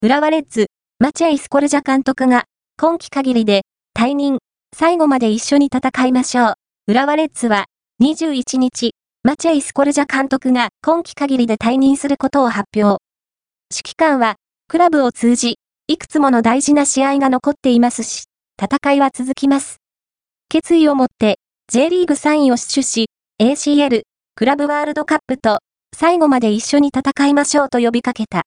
浦和レッズ、マチェイ・スコルジャ監督が、今季限りで、退任、最後まで一緒に戦いましょう。浦和レッズは、21日、マチェイ・スコルジャ監督が今季限りで退任することを発表。指揮官は、クラブを通じ、いくつもの大事な試合が残っていますし、戦いは続きます。決意を持って、J リーグ3位を死守し、ACL、クラブワールドカップと、最後まで一緒に戦いましょうと呼びかけた。